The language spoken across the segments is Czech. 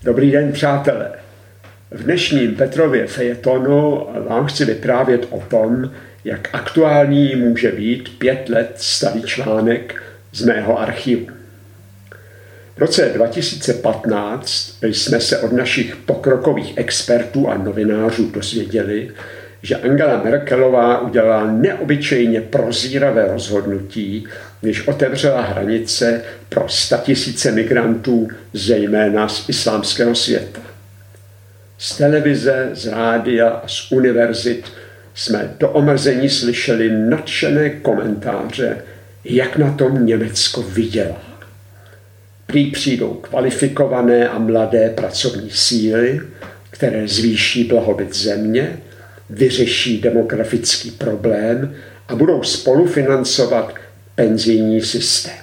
Dobrý den, přátelé. V dnešním Petrově fejetonu vám chci vyprávět o tom, jak aktuální může být 5 let starý článek z mého archivu. V roce 2015 jsme se od našich pokrokových expertů a novinářů dozvěděli, že Angela Merkelová udělala neobyčejně prozíravé rozhodnutí, když otevřela hranice pro 100 000 migrantů, zejména z islámského světa. Z televize, z rádia a z univerzit jsme do omrzení slyšeli nadšené komentáře, jak na tom Německo vydělá. Prý přijdou kvalifikované a mladé pracovní síly, které zvýší blahobyt země, vyřeší demografický problém a budou spolufinancovat penzijní systém.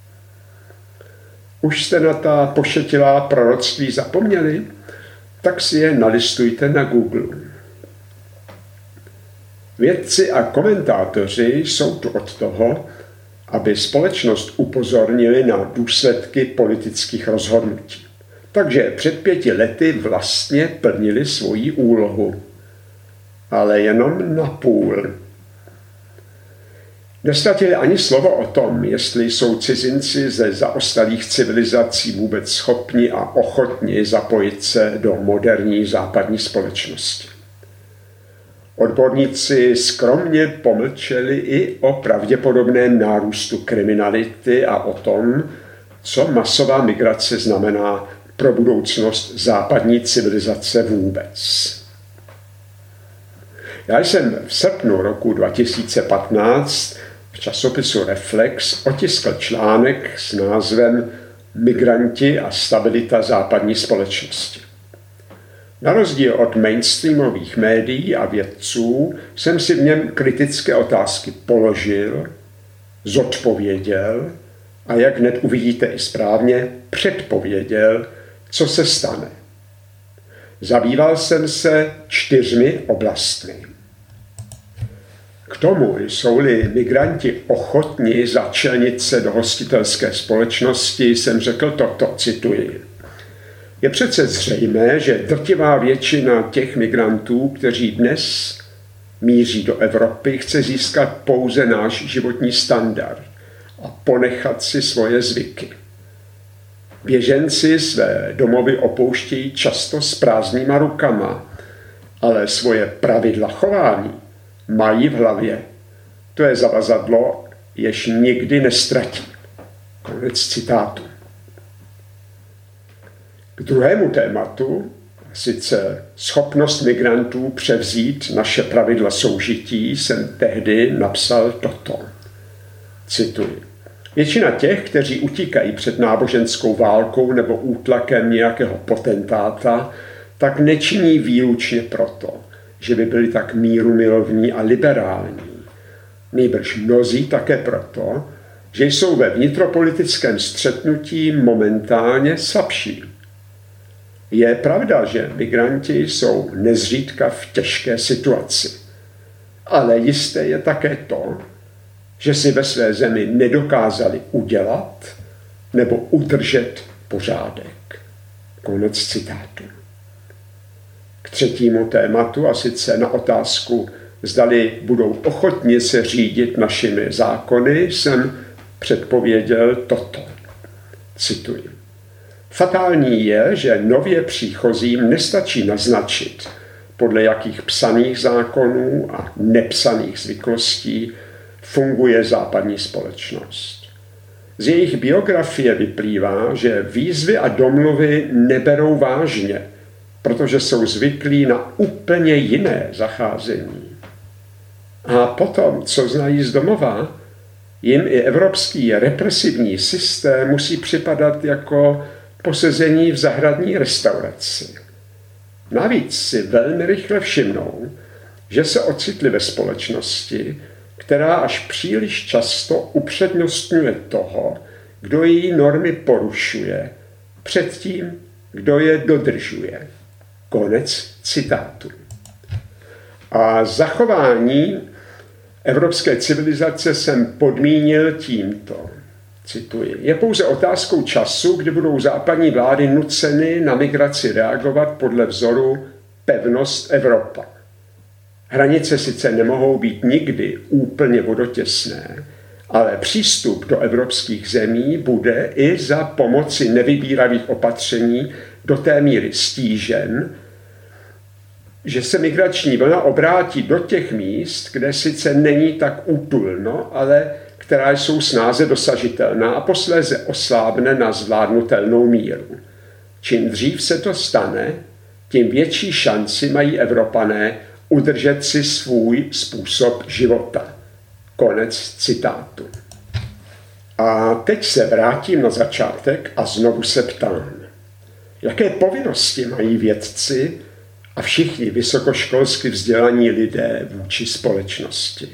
Už jste na ta pošetilá proroctví zapomněli? Tak si je nalistujte na Google. Vědci a komentátoři jsou tu od toho, aby společnost upozornili na důsledky politických rozhodnutí. Takže před 5 lety vlastně plnili svoji úlohu. Ale jenom napůl. Nestratili ani slovo o tom, jestli jsou cizinci ze zaostalých civilizací vůbec schopni a ochotni zapojit se do moderní západní společnosti. Odborníci skromně pomlčeli i o pravděpodobném nárůstu kriminality a o tom, co masová migrace znamená pro budoucnost západní civilizace vůbec. Já jsem v srpnu roku 2015 v časopisu Reflex otiskl článek s názvem Migranti a stabilita západní společnosti. Na rozdíl od mainstreamových médií a vědců jsem si v něm kritické otázky položil, zodpověděl a jak hned uvidíte i správně, předpověděl, co se stane. Zabýval jsem se 4 oblastmi. K tomu jsou-li migranti ochotni začlenit se do hostitelské společnosti, jsem řekl toto, cituji. Je přece zřejmé, že drtivá většina těch migrantů, kteří dnes míří do Evropy, chce získat pouze náš životní standard a ponechat si svoje zvyky. Běženci své domovy opouštějí často s prázdnýma rukama, ale svoje pravidla chování mají v hlavě. To je zavazadlo, jež nikdy nestratí. Konec citátu. K druhému tématu, sice schopnost migrantů převzít naše pravidla soužití, jsem tehdy napsal toto. Cituji. Většina těch, kteří utíkají před náboženskou válkou nebo útlakem nějakého potentáta, tak nečiní výlučně proto, že by byli tak mírumilovní a liberální. Nýbrž mnozí také proto, že jsou ve vnitropolitickém střetnutí momentálně slabší. Je pravda, že migranti jsou nezřídka v těžké situaci, ale jisté je také to, že si ve své zemi nedokázali udělat nebo udržet pořádek. Konec citátu. K třetímu tématu, a sice na otázku, zdali budou ochotni se řídit našimi zákony, jsem předpověděl toto. Cituji. Fatální je, že nově příchozím nestačí naznačit, podle jakých psaných zákonů a nepsaných zvyklostí funguje západní společnost. Z jejich biografie vyplývá, že výzvy a domluvy neberou vážně, protože jsou zvyklí na úplně jiné zacházení. A potom, co znají z domova, jim i evropský represivní systém musí připadat jako posezení v zahradní restauraci. Navíc si velmi rychle všimnou, že se ocitli ve společnosti, která až příliš často upřednostňuje toho, kdo její normy porušuje, před tím, kdo je dodržuje. Konec citátu. A zachování evropské civilizace jsem podmínil tímto. Cituji, je pouze otázkou času, kdy budou západní vlády nuceny na migraci reagovat podle vzoru pevnost Evropa. Hranice sice nemohou být nikdy úplně vodotěsné, ale přístup do evropských zemí bude i za pomoci nevybíravých opatření do té míry stížen, že se migrační vlna obrátí do těch míst, kde sice není tak útulno, ale která jsou snáze dosažitelná a posléze oslábne na zvládnutelnou míru. Čím dřív se to stane, tím větší šanci mají Evropané udržet si svůj způsob života. Konec citátu. A teď se vrátím na začátek a znovu se ptám, jaké povinnosti mají vědci a všichni vysokoškolsky vzdělaní lidé vůči společnosti.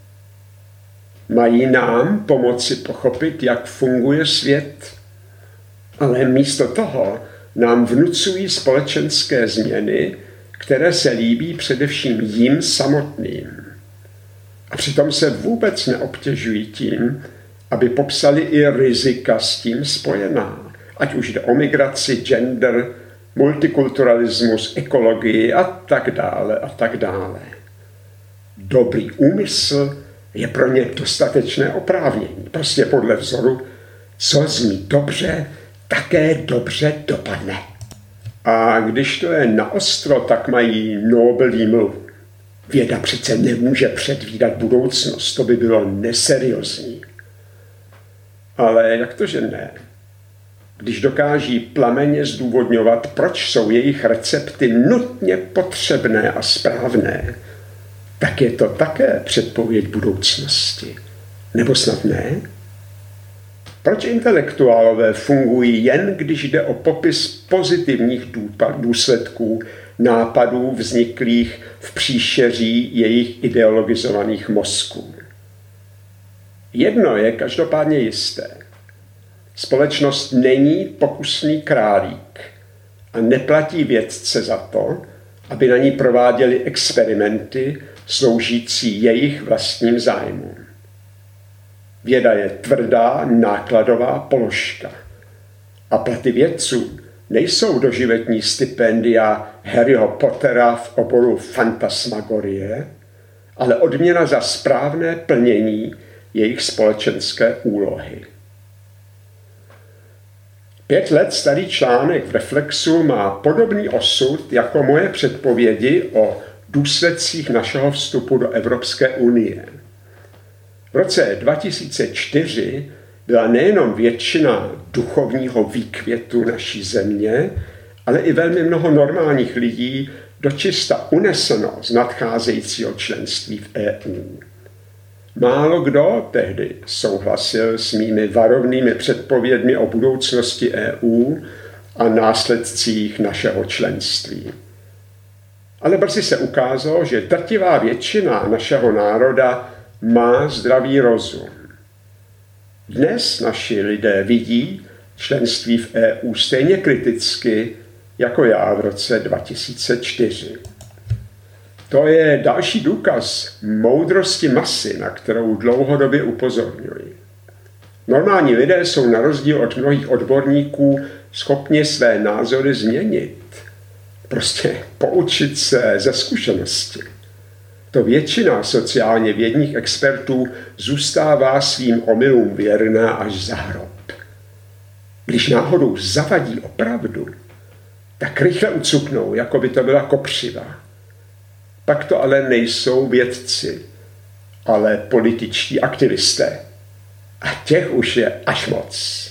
Mají nám pomoci pochopit, jak funguje svět, ale místo toho nám vnucují společenské změny, které se líbí především jim samotným. A přitom se vůbec neobtěžují tím, aby popsali i rizika s tím spojená, ať už jde o migraci, gender, multikulturalismus, ekologii a tak dále a tak dále. Dobrý úmysl je pro ně dostatečné oprávnění. Prostě podle vzoru, co zní dobře, také dobře dopadne. A když to je naostro, tak mají nobel výmluvu. Věda přece nemůže předvídat budoucnost, to by bylo neseriózní. Ale jak to, že ne? Když dokáží plamenně zdůvodňovat, proč jsou jejich recepty nutně potřebné a správné, tak je to také předpověď budoucnosti. Nebo snad ne? Proč intelektuálové fungují jen, když jde o popis pozitivních důsledků nápadů vzniklých v příšeří jejich ideologizovaných mozků? Jedno je každopádně jisté. Společnost není pokusný králík a neplatí vědce za to, aby na ní prováděli experimenty sloužící jejich vlastním zájmům. Věda je tvrdá, nákladová položka. A platy vědců nejsou doživotní stipendia Harryho Pottera v oboru fantasmagorie, ale odměna za správné plnění jejich společenské úlohy. 5 let starý článek v Reflexu má podobný osud jako moje předpovědi o důsledcích našeho vstupu do Evropské unie. V roce 2004 byla nejenom většina duchovního výkvětu naší země, ale i velmi mnoho normálních lidí dočista uneseno z nadcházejícího členství v EU. Málo kdo tehdy souhlasil s mými varovnými předpovědmi o budoucnosti EU a následcích našeho členství. Ale brzy se ukázalo, že drtivá většina našeho národa má zdravý rozum. Dnes naši lidé vidí členství v EU stejně kriticky jako já v roce 2004. To je další důkaz moudrosti masy, na kterou dlouhodobě upozorňuji. Normální lidé jsou na rozdíl od mnohých odborníků schopni své názory změnit. Prostě poučit se ze zkušenosti. To většina sociálně vědních expertů zůstává svým omylům věrná až za hrob. Když náhodou zavadí opravdu, tak rychle ucuknou, jako by to byla kopřiva. Pak to ale nejsou vědci, ale političtí aktivisté. A těch už je až moc.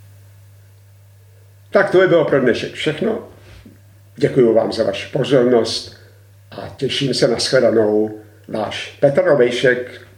Tak to by bylo pro dnešek všechno. Děkuji vám za vaši pozornost a těším se na shledanou. Váš Petr Robejšek.